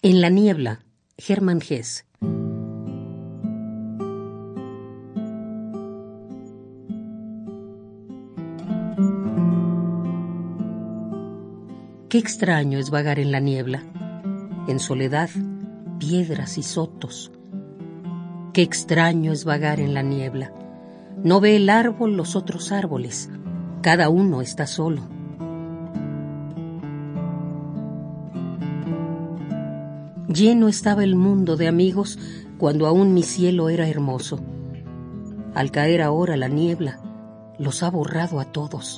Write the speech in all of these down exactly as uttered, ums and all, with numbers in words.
En la niebla, Hermann Hesse. Qué extraño es vagar en la niebla, en soledad, piedras y sotos. Qué extraño es vagar en la niebla. No ve el árbol los otros árboles, cada uno está solo. Lleno estaba el mundo de amigos cuando aún mi cielo era hermoso. Al caer ahora la niebla, los ha borrado a todos.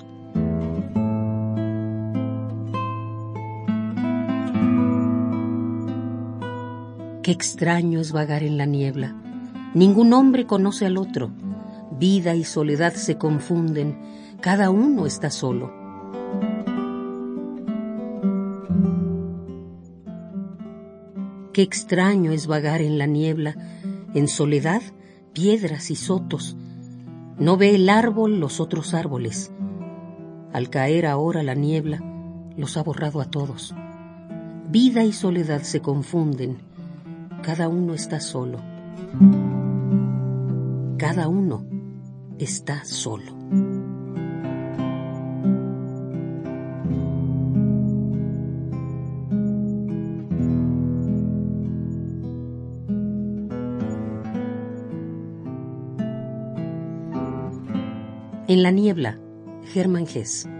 Qué extraño es vagar en la niebla. Ningún hombre conoce al otro. Vida y soledad se confunden. Cada uno está solo. Qué extraño es vagar en la niebla, en soledad, piedras y sotos. No ve el árbol los otros árboles. Al caer ahora la niebla, los ha borrado a todos. Vida y soledad se confunden. Cada uno está solo. Cada uno está solo. En la niebla, Hermann Hesse.